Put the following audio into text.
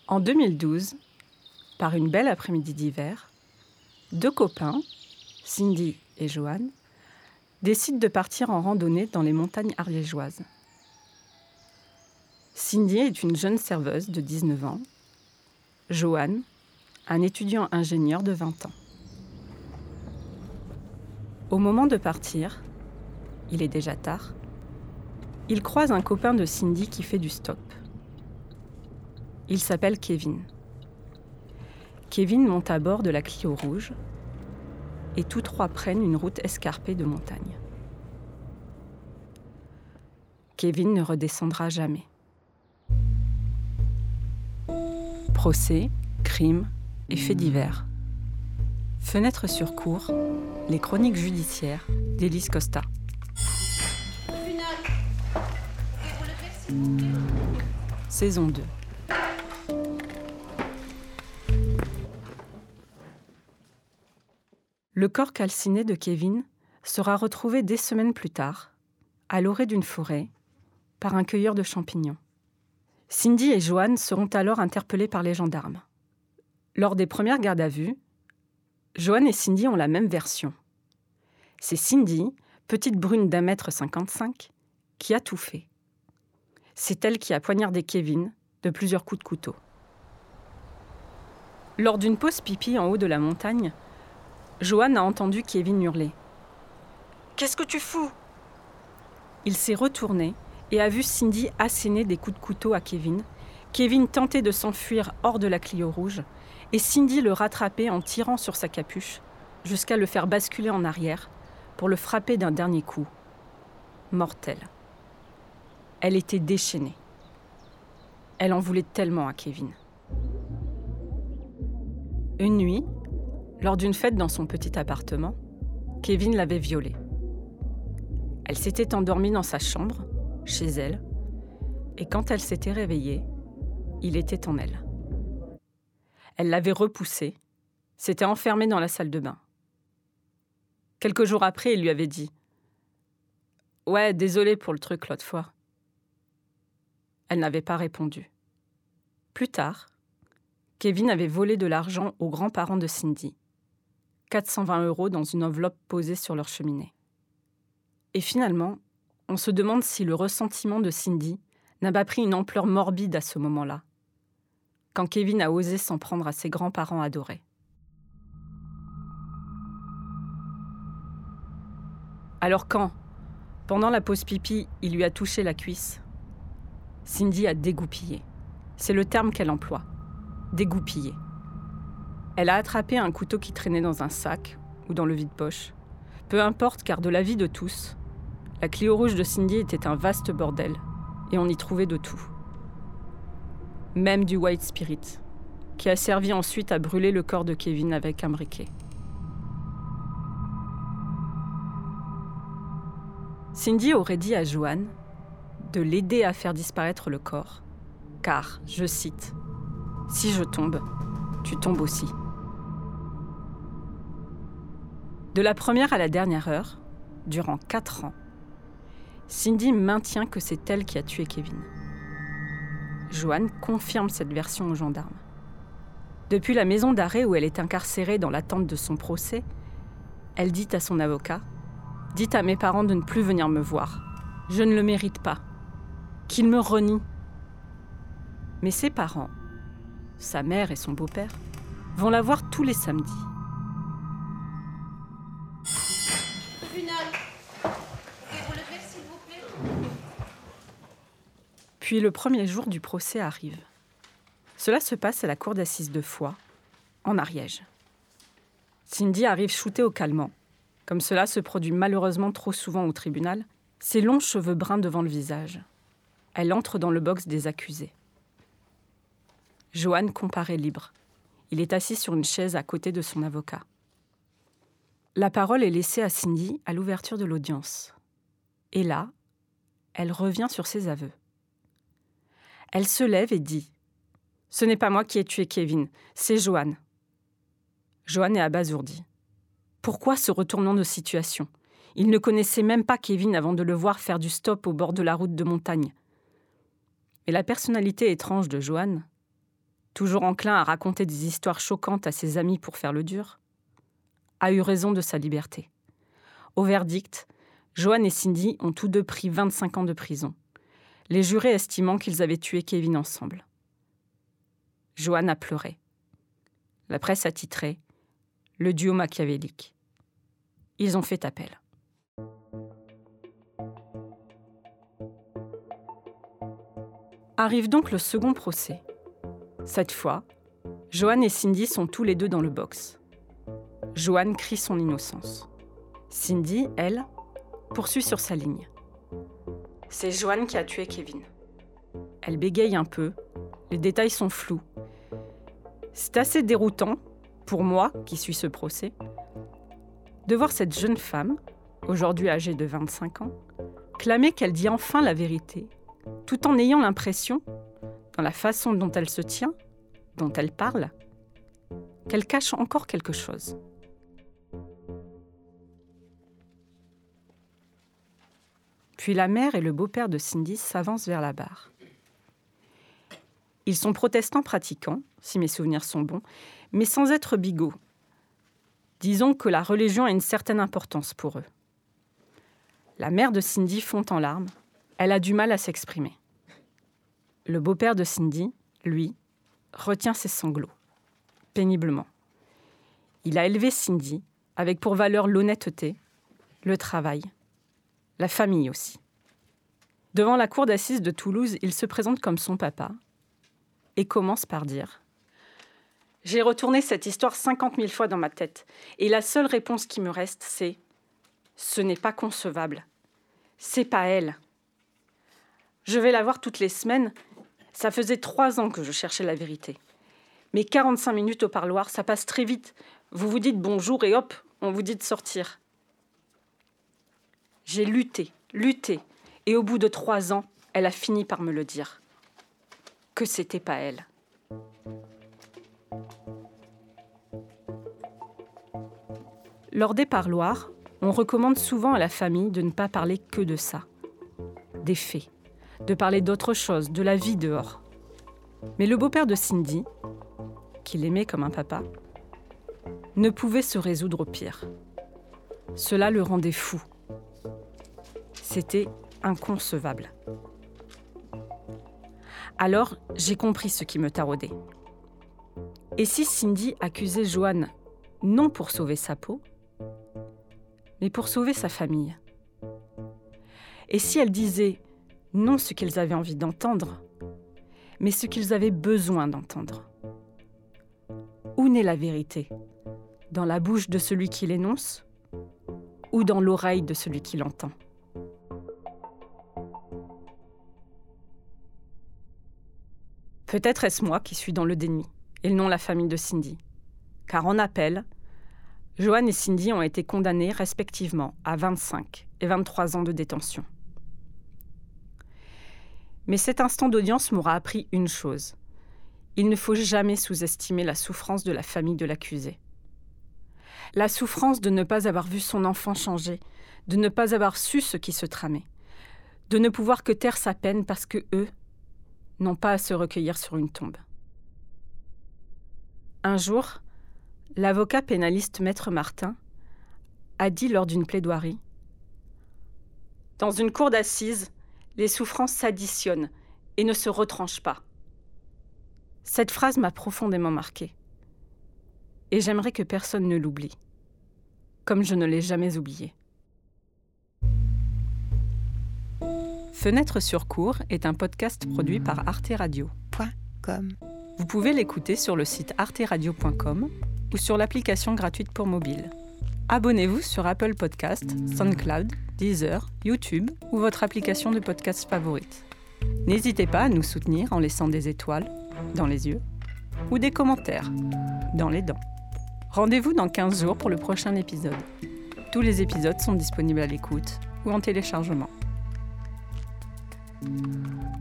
En 2012, par une belle après-midi d'hiver, deux copains, Cindy et Joanne, décident de partir en randonnée dans les montagnes ariégeoises. Cindy est une jeune serveuse de 19 ans, Joanne, un étudiant ingénieur de 20 ans. Au moment de partir, il est déjà tard, ils croisent un copain de Cindy qui fait du stop. Il s'appelle Kevin. Kevin monte à bord de la Clio rouge et tous trois prennent une route escarpée de montagne. Kevin ne redescendra jamais. Procès, crimes et faits divers. Fenêtre sur cour, les chroniques judiciaires d'Élise Costa. Saison 2. Le corps calciné de Kevin sera retrouvé des semaines plus tard, à l'orée d'une forêt, par un cueilleur de champignons. Cindy et Joanne seront alors interpellées par les gendarmes. Lors des premières gardes à vue, Joanne et Cindy ont la même version. C'est Cindy, petite brune d'1,55 m, qui a tout fait. C'est elle qui a poignardé Kevin de plusieurs coups de couteau. Lors d'une pause pipi en haut de la montagne, Joanne a entendu Kevin hurler. « Qu'est-ce que tu fous ?» Il s'est retourné et a vu Cindy asséner des coups de couteau à Kevin. Kevin tentait de s'enfuir hors de la Clio rouge et Cindy le rattrapait en tirant sur sa capuche jusqu'à le faire basculer en arrière pour le frapper d'un dernier coup. Mortel. Elle était déchaînée. Elle en voulait tellement à Kevin. Une nuit, lors d'une fête dans son petit appartement, Kevin l'avait violée. Elle s'était endormie dans sa chambre, chez elle, et quand elle s'était réveillée, il était en elle. Elle l'avait repoussé, s'était enfermée dans la salle de bain. Quelques jours après, il lui avait dit « Ouais, désolé pour le truc l'autre fois ». Elle n'avait pas répondu. Plus tard, Kevin avait volé de l'argent aux grands-parents de Cindy. 420 € dans une enveloppe posée sur leur cheminée. Et finalement, on se demande si le ressentiment de Cindy n'a pas pris une ampleur morbide à ce moment-là, quand Kevin a osé s'en prendre à ses grands-parents adorés. Alors quand, pendant la pause pipi, il lui a touché la cuisse, Cindy a dégoupillé. C'est le terme qu'elle emploie. Dégoupillé. Elle a attrapé un couteau qui traînait dans un sac ou dans le vide-poche. Peu importe, car de l'avis de tous, la Clio rouge de Cindy était un vaste bordel et on y trouvait de tout. Même du white spirit, qui a servi ensuite à brûler le corps de Kevin avec un briquet. Cindy aurait dit à Joanne de l'aider à faire disparaître le corps, car, je cite, « Si je tombe, tu tombes aussi ». De la première à la dernière heure, durant 4 ans, Cindy maintient que c'est elle qui a tué Kevin. Joanne confirme cette version aux gendarmes. Depuis la maison d'arrêt où elle est incarcérée dans l'attente de son procès, elle dit à son avocat « Dites à mes parents de ne plus venir me voir. Je ne le mérite pas. Qu'ils me renient. » Mais ses parents, sa mère et son beau-père, vont la voir tous les samedis. Puis le premier jour du procès arrive. Cela se passe à la cour d'assises de Foix, en Ariège. Cindy arrive shootée au calmant, comme cela se produit malheureusement trop souvent au tribunal, ses longs cheveux bruns devant le visage. Elle entre dans le box des accusés. Joanne comparaît libre. Il est assis sur une chaise à côté de son avocat. La parole est laissée à Cindy à l'ouverture de l'audience. Et là, elle revient sur ses aveux. Elle se lève et dit « Ce n'est pas moi qui ai tué Kevin, c'est Joanne. » Joanne est abasourdie. Pourquoi ce retournement de situation ? Il ne connaissait même pas Kevin avant de le voir faire du stop au bord de la route de montagne. Mais la personnalité étrange de Joanne toujours enclin à raconter des histoires choquantes à ses amis pour faire le dur, a eu raison de sa liberté. Au verdict, Joanne et Cindy ont tous deux pris 25 ans de prison, les jurés estimant qu'ils avaient tué Kevin ensemble. Joanne a pleuré. La presse a titré « Le duo machiavélique ». Ils ont fait appel. Arrive donc le second procès. Cette fois, Joanne et Cindy sont tous les deux dans le box. Joanne crie son innocence. Cindy, elle, poursuit sur sa ligne. C'est Joanne qui a tué Kevin. Elle bégaye un peu, les détails sont flous. C'est assez déroutant, pour moi, qui suis ce procès, de voir cette jeune femme, aujourd'hui âgée de 25 ans, clamer qu'elle dit enfin la vérité, tout en ayant l'impression, dans la façon dont elle se tient, dont elle parle, qu'elle cache encore quelque chose. Puis la mère et le beau-père de Cindy s'avancent vers la barre. Ils sont protestants pratiquants, si mes souvenirs sont bons, mais sans être bigots. Disons que la religion a une certaine importance pour eux. La mère de Cindy fond en larmes. Elle a du mal à s'exprimer. Le beau-père de Cindy, lui, retient ses sanglots, péniblement. Il a élevé Cindy avec pour valeur l'honnêteté, le travail, la famille aussi. Devant la cour d'assises de Toulouse, il se présente comme son papa et commence par dire « J'ai retourné cette histoire 50 000 fois dans ma tête et la seule réponse qui me reste, c'est « Ce n'est pas concevable. C'est pas elle. Je vais la voir toutes les semaines. Ça faisait 3 ans que je cherchais la vérité. Mais 45 minutes au parloir, ça passe très vite. Vous vous dites bonjour et hop, on vous dit de sortir. J'ai lutté. Et au bout de 3 ans, elle a fini par me le dire. Que c'était pas elle. » Lors des parloirs, on recommande souvent à la famille de ne pas parler que de ça, des faits, de parler d'autre chose, de la vie dehors. Mais le beau-père de Cindy, qui l'aimait comme un papa, ne pouvait se résoudre au pire. Cela le rendait fou. C'était inconcevable. Alors, j'ai compris ce qui me taraudait. Et si Cindy accusait Joanne non pour sauver sa peau, mais pour sauver sa famille? Et si elle disait non ce qu'ils avaient envie d'entendre, mais ce qu'ils avaient besoin d'entendre? Où naît la vérité? Dans la bouche de celui qui l'énonce ou dans l'oreille de celui qui l'entend? Peut-être est-ce moi qui suis dans le déni, et non la famille de Cindy. Car en appel, Joanne et Cindy ont été condamnées respectivement à 25 et 23 ans de détention. Mais cet instant d'audience m'aura appris une chose. Il ne faut jamais sous-estimer la souffrance de la famille de l'accusé. La souffrance de ne pas avoir vu son enfant changer, de ne pas avoir su ce qui se tramait, de ne pouvoir que taire sa peine parce que eux n'ont pas à se recueillir sur une tombe. Un jour, l'avocat pénaliste Maître Martin a dit lors d'une plaidoirie « Dans une cour d'assises, les souffrances s'additionnent et ne se retranchent pas. » Cette phrase m'a profondément marquée. Et j'aimerais que personne ne l'oublie, comme je ne l'ai jamais oublié. Fenêtre sur cour est un podcast produit par Arte Radio.com. Vous pouvez l'écouter sur le site arteradio.com ou sur l'application gratuite pour mobile. Abonnez-vous sur Apple Podcasts, SoundCloud, Deezer, YouTube ou votre application de podcast favorite. N'hésitez pas à nous soutenir en laissant des étoiles dans les yeux ou des commentaires dans les dents. Rendez-vous dans 15 jours pour le prochain épisode. Tous les épisodes sont disponibles à l'écoute ou en téléchargement.